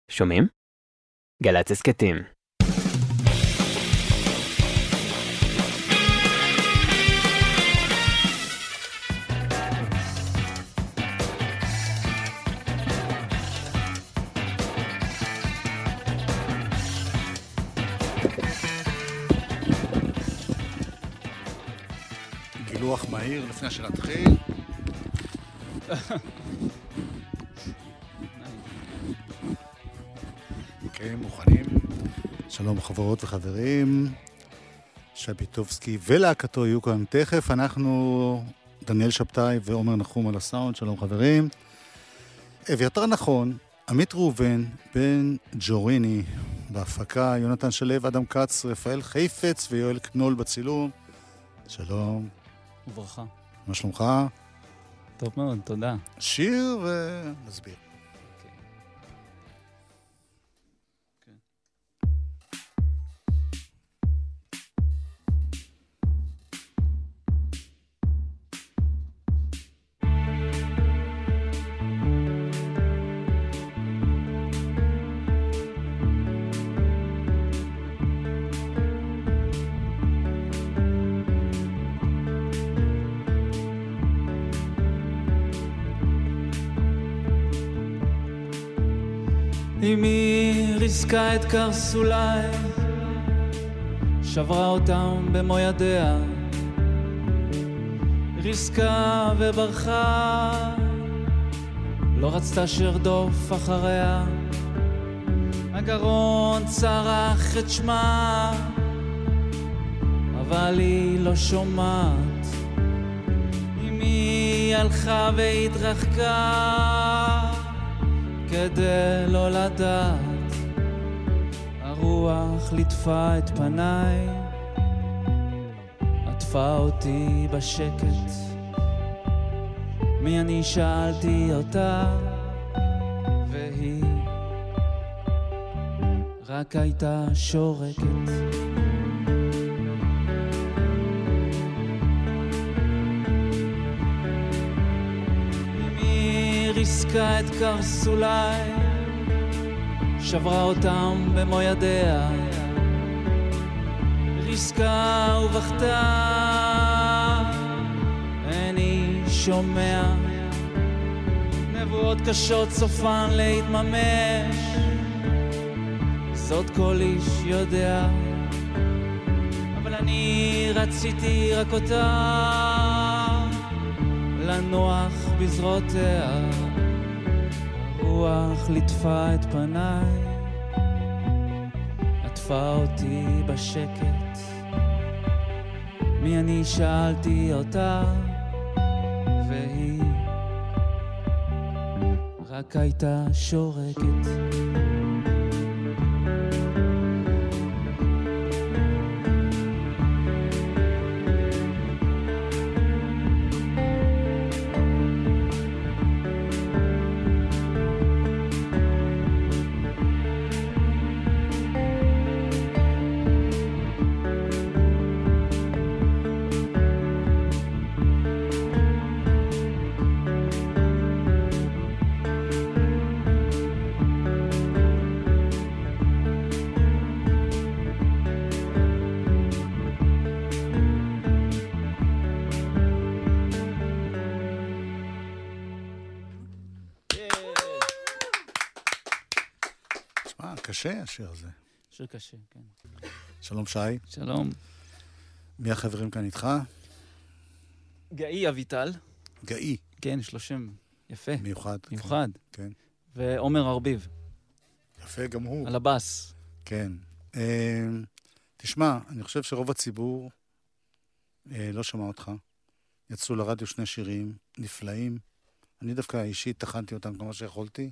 שומעים? גל"צ הסכתים. גילוח מהיר לפני שנתחיל. אוקיי, מוכנים. שלום חברות וחברים. שי פיטובסקי ולהקתו יהיו כאן תכף. אנחנו דניאל שבתאי ועומר נחום על הסאונד. שלום חברים. אביתר נכון, עמית ראובן, בן ג'וריני בהפקה, יונתן שלו, אדם קץ, רפאל חיפץ ויואל קנול בצילום. שלום. וברכה. מה שלומך? טוב מאוד, תודה. שיר ונסביר. אמי ריסקה את קרסולי, שברה אותם במו ידיה, ריסקה וברחה, לא רצתה שרדוף אחריה, הגרון צרח את שמה, אבל היא לא שומעת. אמי הלכה והתרחקה כדי לא לדעת, הרוח ליטפה את פניי, עטפה אותי בשקט. מי אני שאלתי אותה, והיא רק הייתה שורקת. ריסקה את קרסולי, שברה אותם במו ידיה, ריסקה ובכתה, איני שומע נבואות קשות סופן להתממש, זאת כל איש יודע, אבל אני רציתי רק אותה, לנוח בזרועותיה, הרוח ליטפה את פניי, עטפה אותי בשקט. מי אני שאלתי אותה, והיא רק הייתה שורקת. קשה השיר הזה. שיר קשה, כן. שלום שי. שלום. מי החברים כאן איתך? גאי אביטל. גאי. כן, יש לו שם יפה. מיוחד. מיוחד. כן. ועומר ארביב. יפה גם הוא. על הבאס. כן. תשמע, אני חושב שרוב הציבור לא שמע אותך. יצאו לרדיו שני שירים נפלאים. אני דווקא אישית תחנתי אותם כמה שיכולתי.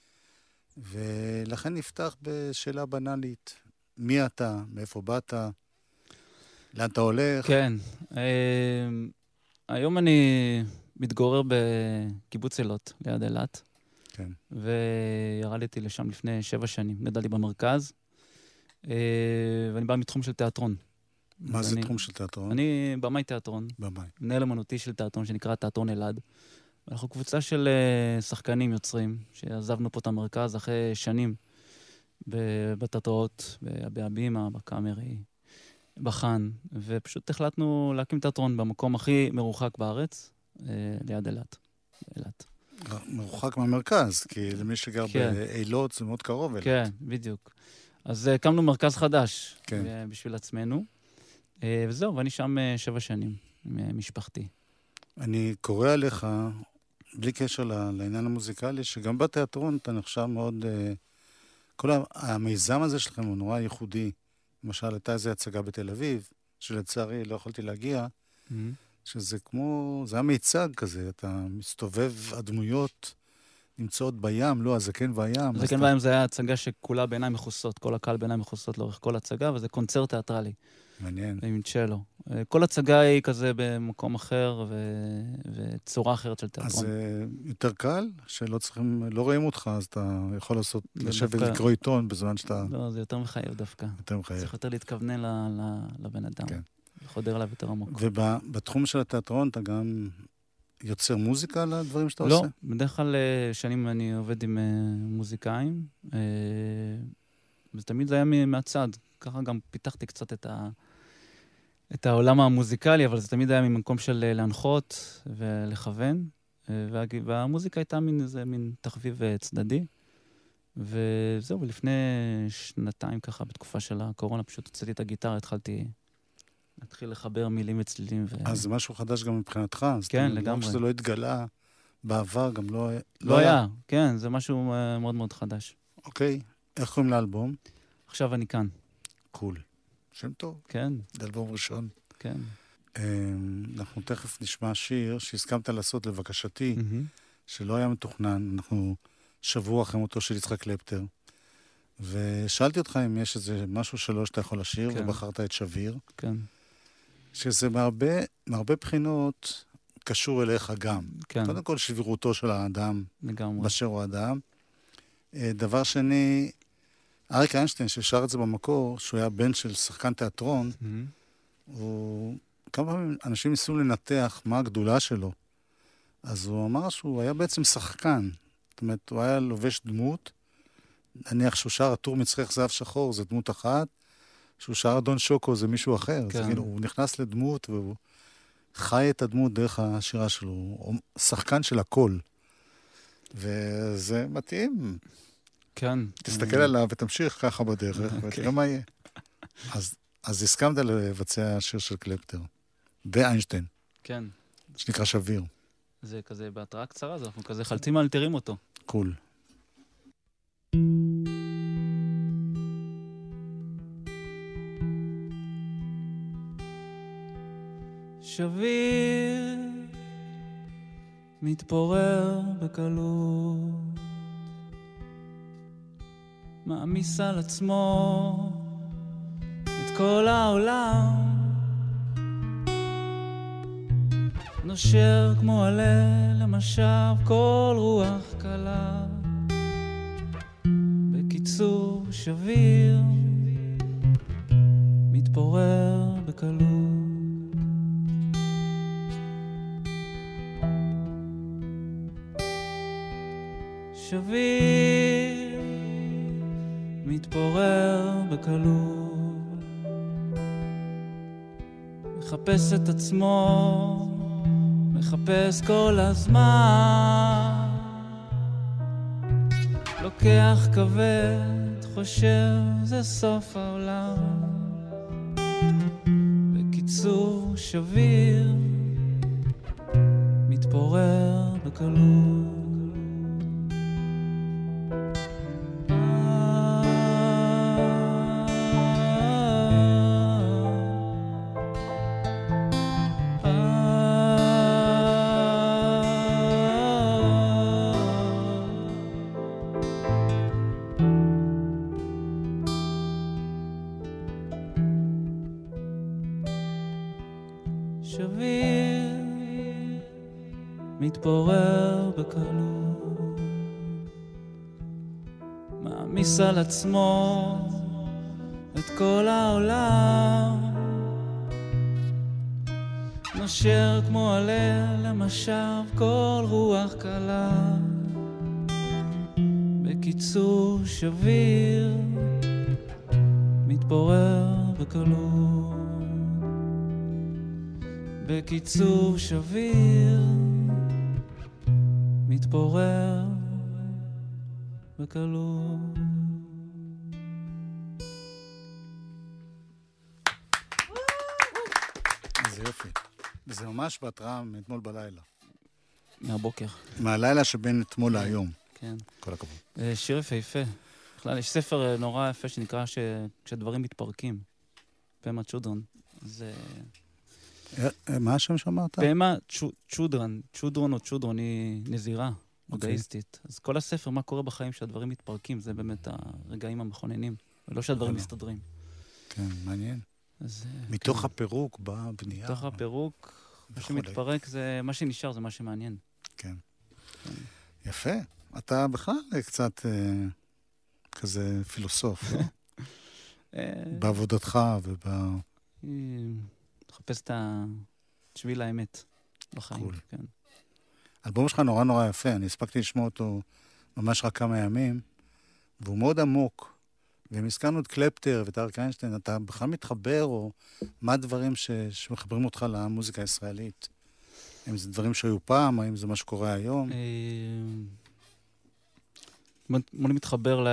ולכן נפתח בשאלה בנאלית. מי אתה? מאיפה באת? לאן אתה הולך? כן. היום אני מתגורר בקיבוץ אילות, ליד אילת. כן. וירדתי לשם לפני 7 שנים. גדלתי במרכז. ואני בא מתחום של תיאטרון. מה זה תחום של תיאטרון? אני במאי תיאטרון. במאי. מנהל אמנותי של תיאטרון שנקרא תיאטרון אלעד. אנחנו קבוצה של שחקנים יוצרים, שעזבנו פה את המרכז אחרי שנים בתיאטראות, בהבימה, בקאמרי, בחאן, ופשוט החלטנו להקים תיאטרון במקום הכי מרוחק בארץ, ליד אילת. מרוחק מהמרכז, כי למי שגר באילות זה מאוד קרוב אילת. כן, בדיוק. אז הקמנו מרכז חדש בשביל עצמנו, וזהו, ואני שם 7 שנים, עם משפחתי. אני קורא עליך, בלי קשר לעניין המוזיקלי, שגם בתיאטרון אתה נחשב מאוד... כל המיזם הזה שלכם הוא נורא ייחודי. למשל, הייתה איזו הצגה בתל אביב, שלצערי לא יכולתי להגיע, שזה כמו... זה היה מיצג כזה, אתה מסתובב, הדמויות נמצאות בים, לא, הזקן והים. הזקן והים זה היה הצגה שכולה בעיניים מכוסות, כל הקהל בעיניים מכוסות לאורך כל הצגה, וזה קונצרט תיאטרלי. מעניין. עם צ'לו. כל הצגה היא כזה במקום אחר וצורה אחרת של תיאטרון. אז יותר קל, שלא צריכים, לא רואים אותך, אז אתה יכול לעשות, לשבת לקרוא עיתון בזמן שאתה... לא, זה יותר מחייב דווקא. יותר מחייב. צריך יותר להתכוונן לבן אדם. כן. לחודר אליו יותר עמוק. ובתחום של התיאטרון אתה גם יוצר מוזיקה לדברים שאתה לא, עושה? לא, בדרך כלל שנים אני עובד עם מוזיקאים, ותמיד זה היה מהצד. ככה גם פיתחתי קצת את העולם המוזיקלי, אבל זה תמיד היה ממקום של להנחות ולכוון, והמוזיקה הייתה מין תחביב צדדי, וזהו, ולפני 2 ככה, בתקופה של הקורונה, פשוט הוצאתי את הגיטרה, התחלתי להתחיל לחבר מילים וצלילים. אז זה משהו חדש גם מבחינתך? כן, לגמרי. שזה לא התגלה בעבר, גם לא היה. כן, זה משהו מאוד מאוד חדש. אוקיי, איך קוראים לאלבום? עכשיו אני כאן. קול. שם טוב. כן. זה אלבום ראשון. כן. אנחנו תכף נשמע שיר שהסכמת לעשות לבקשתי, שלא היה מתוכנן. אנחנו שבוע אחרי מותו של יצחק קלפטר. ושאלתי אותך אם יש איזה משהו שלו שאתה יכול לשיר, ובחרת את שביר. כן. שזה מהרבה בחינות קשור אליך גם. כן. קודם כל, שבירותו של האדם. לגמרי. באשר הוא האדם. דבר שני, אריק איינשטיין, ששר את זה במקור, שהוא היה בן של שחקן תיאטרון, כמה פעמים אנשים ניסו לנתח מה הגדולה שלו. אז הוא אמר שהוא היה בעצם שחקן. זאת אומרת, הוא היה לובש דמות, נניח שהוא שר הטור מצחך זהב שחור, זה דמות אחת, שהוא שר אדון שוקו, זה מישהו אחר. כן. אז כאילו, הוא נכנס לדמות, והוא חי את הדמות דרך השירה שלו. הוא שחקן של הכל. וזה מתאים. כן. תסתכל עליו ותמשיך ככה בדרך, ותראה מה יהיה. אז הסכמת לבצע שיר של קלפטר. באיינשטיין. כן. שנקרא שביר. זה כזה בהתראה קצרה, אז אנחנו כזה חלצים מאלתרים אותו. קול. שביר מתפורר בקלות, מעמיס על עצמו את כל העולם, נושר כמו עלה למשב כל רוח קלה, בקיצור שביר מתפורר בקלות. שביר מתפורר בקלות, מחפש את עצמו, מחפש כל הזמן, לוקח כבד, חושב זה סוף העולם, בקיצור שביר מתפורר בקלות. שביר מתפורר בקלות, מעמיס על עצמו את כל העולם, נושר כמו עלה למשב כל רוח קלה, בקיצור שביר, מתפורר בקלות. בקיצור שביר, מתפורר בקלות. זה יופי. וזה ממש בהתראה מאתמול בלילה. מהבוקר. מהלילה שבין אתמול להיום. כן. כל הכבוד. שיר יפהפה. בכלל, יש ספר נורא יפה שנקרא כשדברים מתפרקים. פמה צ'ודרן. זה... מה השם שאמרת? פמה צ'ודרן. צ'ודרון או צ'ודרון היא נזירה, בודהיסטית. אז כל הספר, מה קורה בחיים שהדברים מתפרקים, זה באמת הרגעים המכוננים. ולא שהדברים מסתדרים. כן, מעניין. אז, מתוך כן. הפירוק באה בנייה. מתוך הפירוק, מה שמתפרק זה... מה שנשאר זה מה שמעניין. כן. יפה. אתה בכלל קצת כזה פילוסוף, לא? בעבודתך לחפש את שביל האמת בחיים. כן. האלבום שלך נורא נורא יפה, אני הספקתי לשמוע אותו ממש רק כמה ימים, והוא מאוד עמוק, ואם הזכרנו את קלפטר ואת אריק איינשטיין, אתה בכלל מתחבר, או מה הדברים שמחברים אותך למוזיקה הישראלית? האם זה דברים שהיו פעם, האם זה מה שקורה היום? בוא מתחבר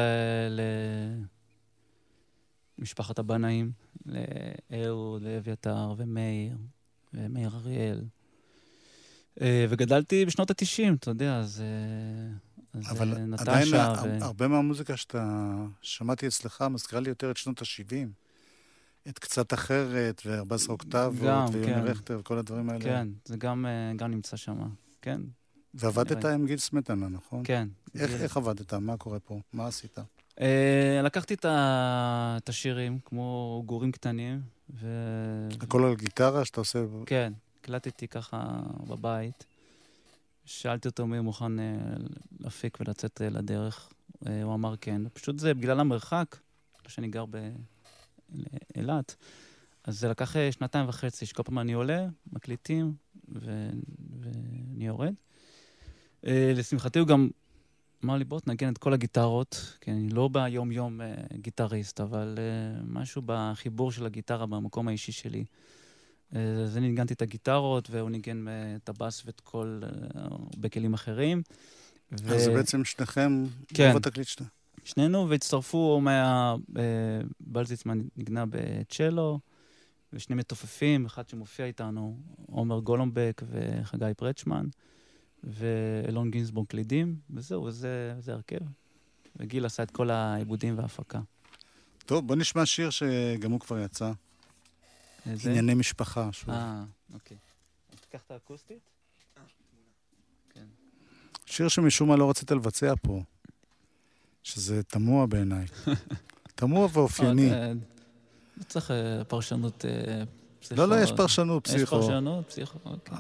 למשפחת הבנאים, לאהוד ואביתר ומאיר אריאל. וגדלתי בשנות ה-90, אתה יודע, אז אבל נטשה עדיין הרבה מהמוזיקה שאתה שמעתי אצלך מזכירה לי יותר את שנות ה-70. את קצת אחרת, ו14 אוקטבות, ויוני רכטר, וכל הדברים האלה. כן, זה גם נמצא שם, כן. ועבדת עם גיל סמטנה, נכון? כן. איך עבדת? מה קורה פה? מה עשית? לקחתי את השירים, כמו גורים קטנים, הכל על גיטרה שאתה עושה? כן, הקלטתי ככה בבית. שאלתי אותו מי מוכן להפיק ולצאת לדרך. הוא אמר כן. פשוט זה בגלל המרחק, שאני גר באילת. אז זה לקח 2.5, שכל פעם אני עולה, מקליטים, ואני יורד. לשמחתי הוא גם אמר לי, בוא תנגן את כל הגיטרות, כי אני לא ביום-יום גיטריסט, אבל משהו בחיבור של הגיטרה במקום האישי שלי. אז אני ניגנתי את הגיטרות, והוא ניגן את הבאס ואת כל, בכלים אחרים. אז זה בעצם שניכם, כן. רוב התקליט שאתה. שנינו, והצטרפו בלזיצמן נגנה בצ'לו, ושני מתופפים, אחד שמופיע איתנו, עומר גולומבק וחגי פרצ'מן, ואלון גינסבורג קלידים, וזהו, זה הרכב. וגיל עשה את כל העיבודים וההפקה. טוב, בוא נשמע שיר שגם הוא כבר יצא. ענייני משפחה. אוקיי. תיקח את האקוסטית? כן. שיר שמשום מה לא רצית לבצע פה, שזה תמוה בעיניי. תמוה ואופייני. לא צריך פרשנות פסיכו. לא, יש פרשנות פסיכו. יש פרשנות פסיכו, אוקיי.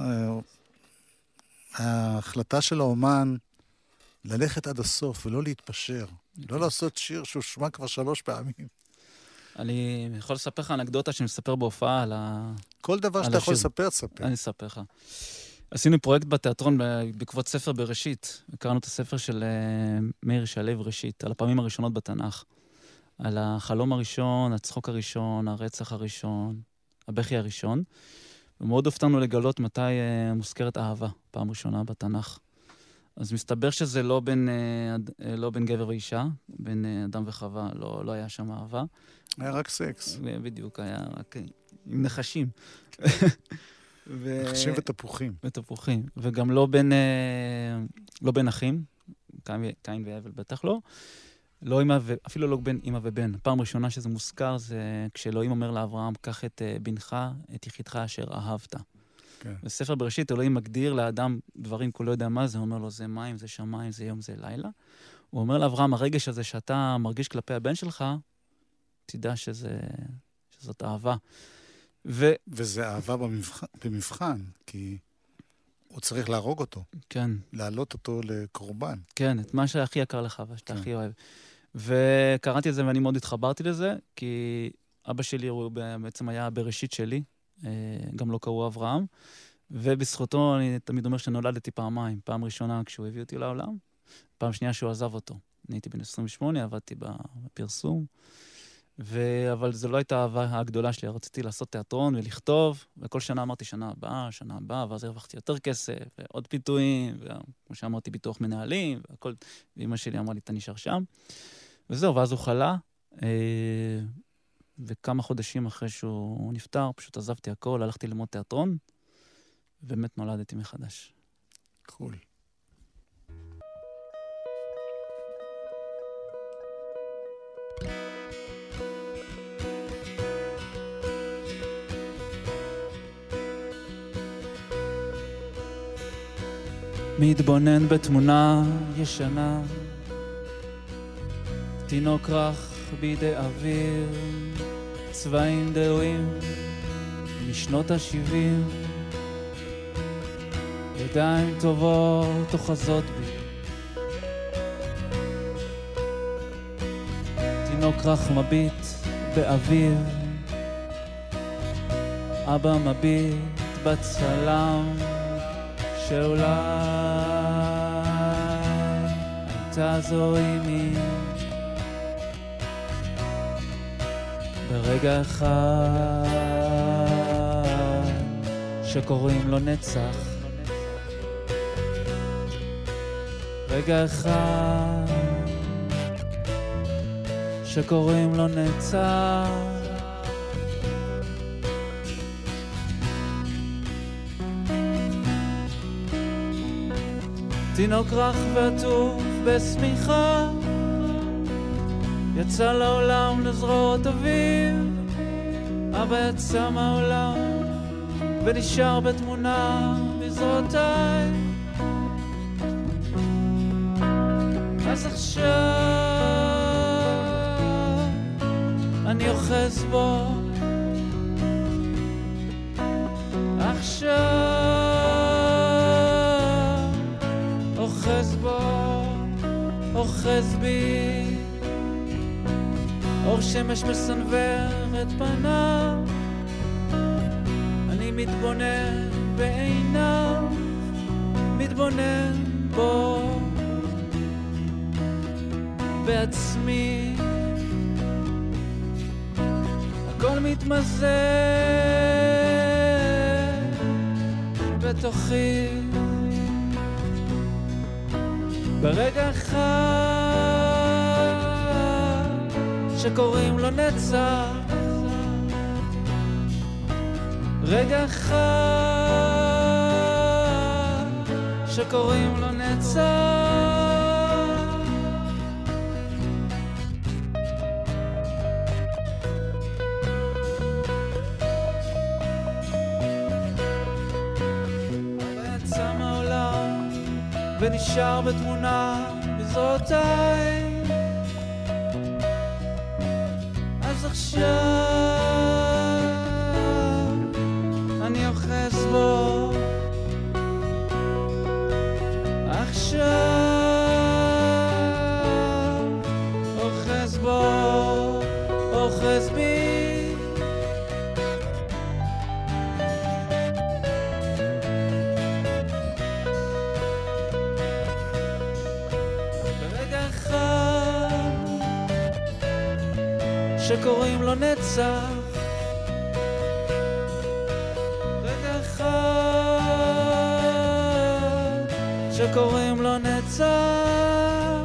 ההחלטה של האומן ללכת עד הסוף ולא להתפשר. לא לעשות שיר שהוא שמע כבר 3 פעמים. אני יכול לספר לך אנקדוטה שאני מספר בהופעה על כל דבר שאתה יכול לספר, תספר. אני אספר לך. עשינו פרויקט בתיאטרון בעקבות ספר בראשית. קראנו את הספר של מאיר שלו ראשית, על הפעמים הראשונות בתנ"ך. על החלום הראשון, הצחוק הראשון, הרצח הראשון, הבכי הראשון. ומאוד הופתענו לגלות מתי מוזכרת אהבה, פעם ראשונה בתנ"ך. אז מסתבר שזה לא בין גבר ואישה, בין אדם וחווה, לא היה שם אהבה. היה רק סקס. בדיוק, היה רק עם נחשים. נחשים ותפוחים. ותפוחים. וגם לא בין אחים, קין והבל בטח לא. אפילו לא בין אמא ובן. פעם ראשונה שזה מוזכר זה כשאלוהים אומר לאברהם, קח את בנך, את יחידך אשר אהבת. כן. בספר בראשית אלוהים מגדיר לאדם דברים, הוא לא יודע מה זה, הוא אומר לו זה מים, זה שמיים, זה יום, זה לילה. הוא אומר לאברהם, הרגש הזה שאתה מרגיש כלפי הבן שלך, תדע שזאת אהבה. וזה אהבה במבחן, כי הוא צריך להרוג אותו. כן. להעלות אותו לקורבן. כן, את מה שהכי יקר לך ושאתה הכי אוהב. וקראתי את זה ואני מאוד התחברתי לזה, כי אבא שלי הוא בעצם היה בראשית שלי, גם לא קראו אברהם, ובזכותו אני תמיד אומר שנולדתי פעמיים. פעם ראשונה כשהוא הביא אותי לעולם, פעם שנייה שהוא עזב אותו. אני הייתי בן 28, עבדתי בפרסום, אבל זו לא הייתה האהבה הגדולה שלי, רציתי לעשות תיאטרון ולכתוב, וכל שנה אמרתי שנה הבאה, ואז הרווחתי יותר כסף, ועוד פיתויים, וכמו שאמרתי, ביטוח מנהלים, והכל, ואמא שלי אמרה לי, אתה נשאר שם. וזהו, ואז הוא חלה, וכמה חודשים אחרי שהוא נפטר, פשוט עזבתי הכל, הלכתי ללמוד תיאטרון, ובאמת נולדתי מחדש. קול. מתבונן בתמונה ישנה, תינוק רך בידי אוויר, צבעים דהויים משנות ה-70, ידיים טובות אוחזות בי, תינוק רך מביט באוויר, אבא מביט בצלם, שאולי הייתה זו אימי. ברגע אחד שקוראים לו נצח, רגע אחד שקוראים לו נצח, תינוק רך ועטוף בשמיכה, יצא לעולם לזרועות אביו, אבא יצא מהעולם ונשאר בתמונה בזרועותיי. אז עכשיו אני אוחז בו, עכשיו אוחז בו, אוחז בי, אור שמש מסנוור את פניו, אני מתבונן בעיניו, מתבונן בו, בעצמי, הכל מתמזג בתוכי, ברגע אחד שקוראים לו נצח, רגע אחד שקוראים לו נצח, ויצא מהעולם ונשאר בתמונה בזרועותיי. אז עכשיו אני אוחז בו, עכשיו אוחז בו, אוחז בי, ברגע אחד שקוראים לו נצח, רגע אחד שקוראים לו נצח,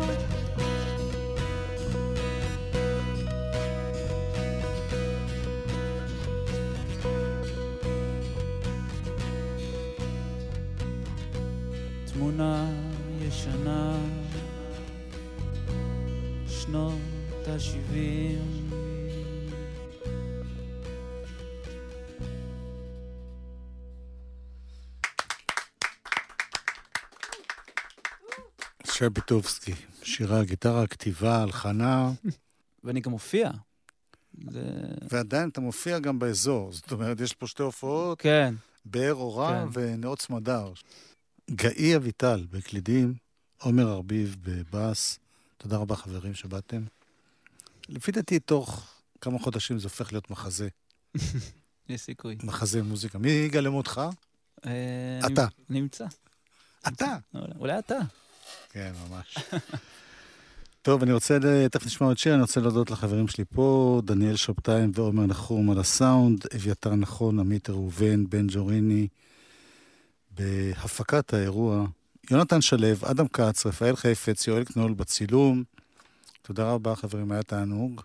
תמונה ישנה שנות ה-70, שי ביטובסקי, שירה, גיטרה, כתיבה, הלחנה. ואני גם מופיע. ועדיין אתה מופיע גם באזור, זאת אומרת, יש פה שתי הופעות, כן. באר אורה כן. ונאות סמדר. גאי אביטל בקלידים, עומר ארביב בבאס, תודה רבה חברים שבאתם. לפי דעתי תוך כמה חודשים זה הופך להיות מחזה. יש סיכוי. מחזה מוזיקה. מי יגלם אותך? אתה. נמצא. אתה? אולי אתה. כן, ממש. טוב, אני רוצה, תכף נשמע עוד שיר, אני רוצה להודות לחברים שלי פה, דניאל שבתאי ועומר נחום על הסאונד, אביתר נכון, עמית ראובן, בן ג'וריני, בהפקת האירוע, יונתן שלו, אדם כץ, רפאל חפץ, יואל קנול בצילום. תודה רבה חברים, היה תענוג.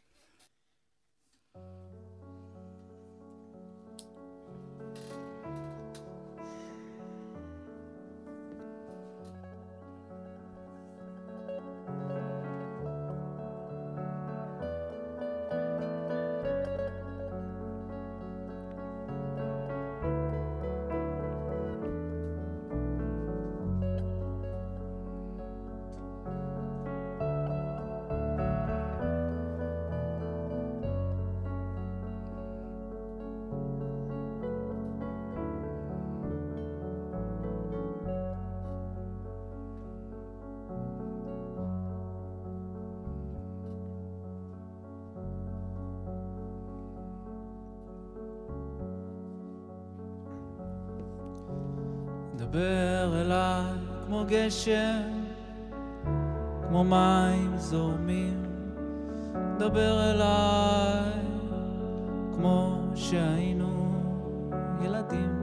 דבר אליי כמו גשם, כמו מים זורמים, דבר אליי כמו שהיינו ילדים,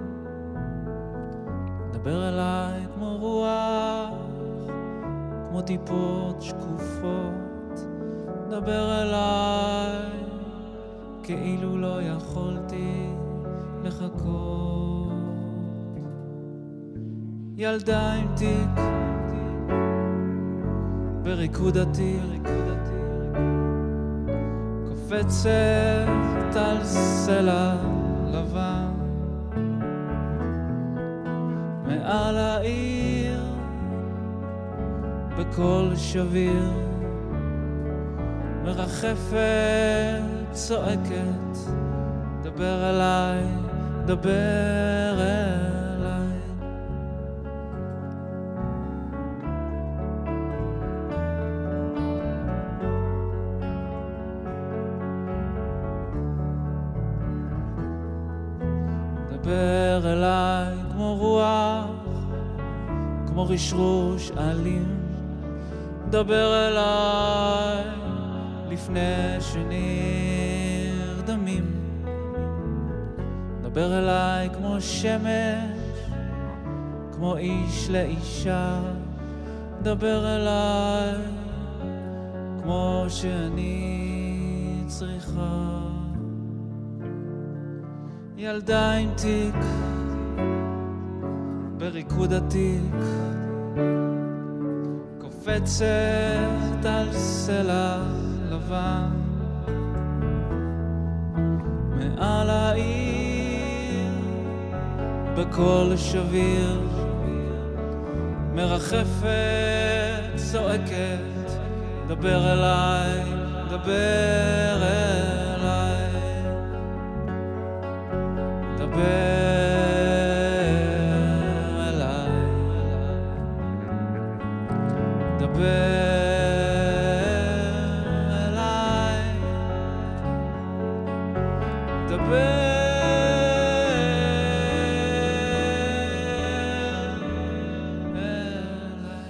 דבר אליי כמו רוח, כמו טיפות שקופות, דבר אליי כאילו לא יכולתי לחכות. ילדה עם תיק בריקוד עתיק, קופצת על סלע לבן מעל העיר בקול שביר, מרחפת צועקת, דבר אליי, דבר אליי. דבר אליי כמו רוח, כמו רשרוש אלים, דבר אליי לפני שנרדמים, דבר אליי כמו שמש, כמו איש לאישה, דבר אליי כמו שאני צריכה. ילדה עם תיק בריקוד עתיק, קופצת על סלע לבן מעל העיר בקול שביר, מרחפת צועקת, דבר אליי, דבר אליי, דבר אליי, דבר אליי, דבר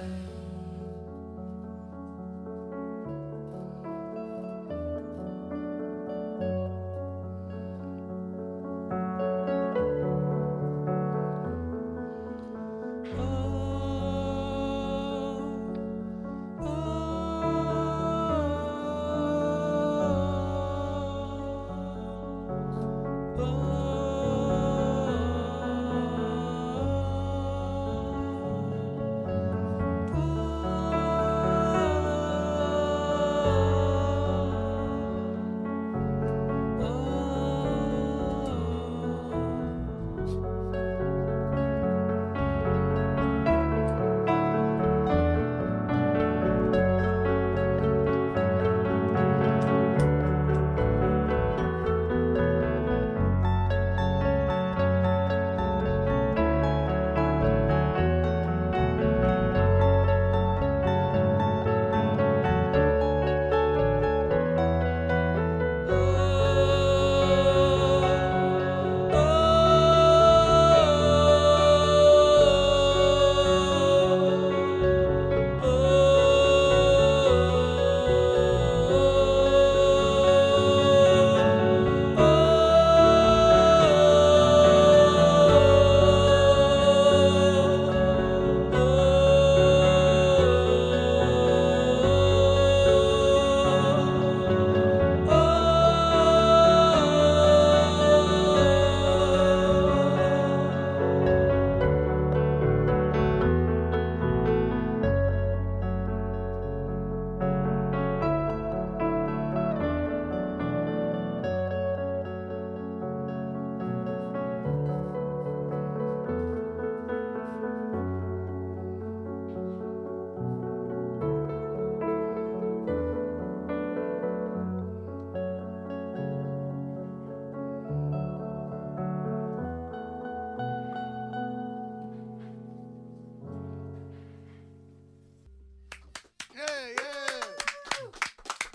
אליי.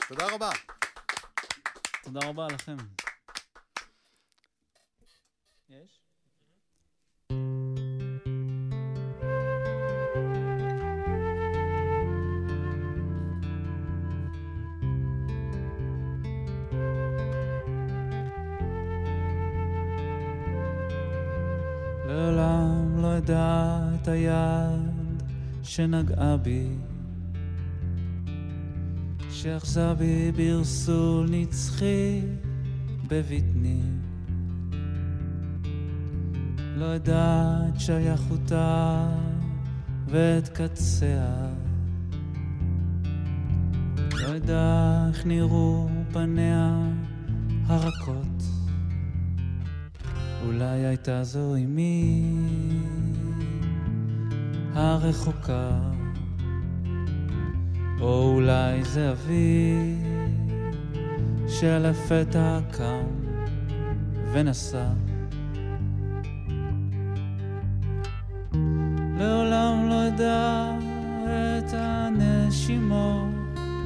תודה רבה. תודה רבה לכם. יש? לעולם לא אדע את היד שנגעה בי, שאחזה בי ברסול נצחי בבטני. לא אדע את שייכותה ואת קציה, לא אדע איך נראו פניה הרכות. אולי הייתה זו אמי הרחוקה, או אולי זה אבי שלפתע קם ונסע. לעולם לא אדע את הנשימות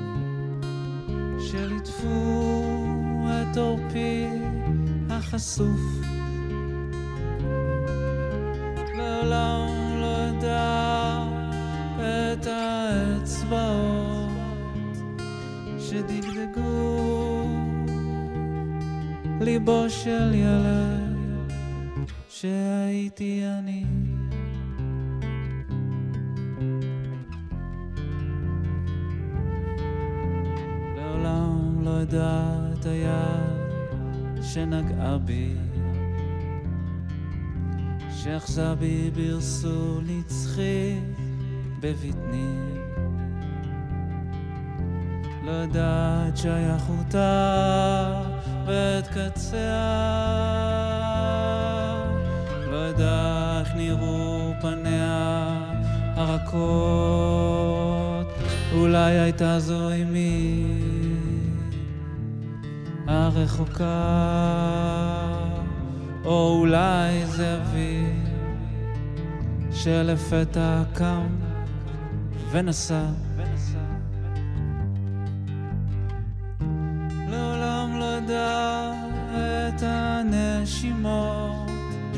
שליטפו את עורפי החשוף. לעולם לא אדע את האצבעות שדגדגו ליבו של ילד שהייתי אני. לעולם לא אדע את היד שנגעה בי, שאחזה בי ברסול נצחי בבטני. לא יודעת שייכותה ואת קציה, לא יודע איך נראו פניה הרכות. אולי הייתה זו אמי הרחוקה, או אולי זה אבי שלפתע קם ונסע. לעולם לא ידע את הנשימות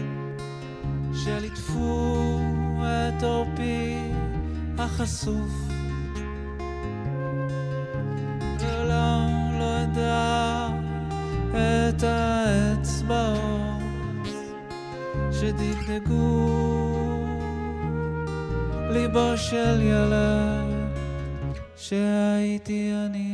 שליטפו את עורפי החשוף. לעולם לא ידע את האצבעות שדגדגו ליבו של ילד שהייתי אני.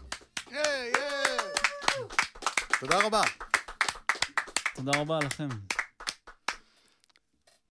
תודה רבה. תודה רבה לכם.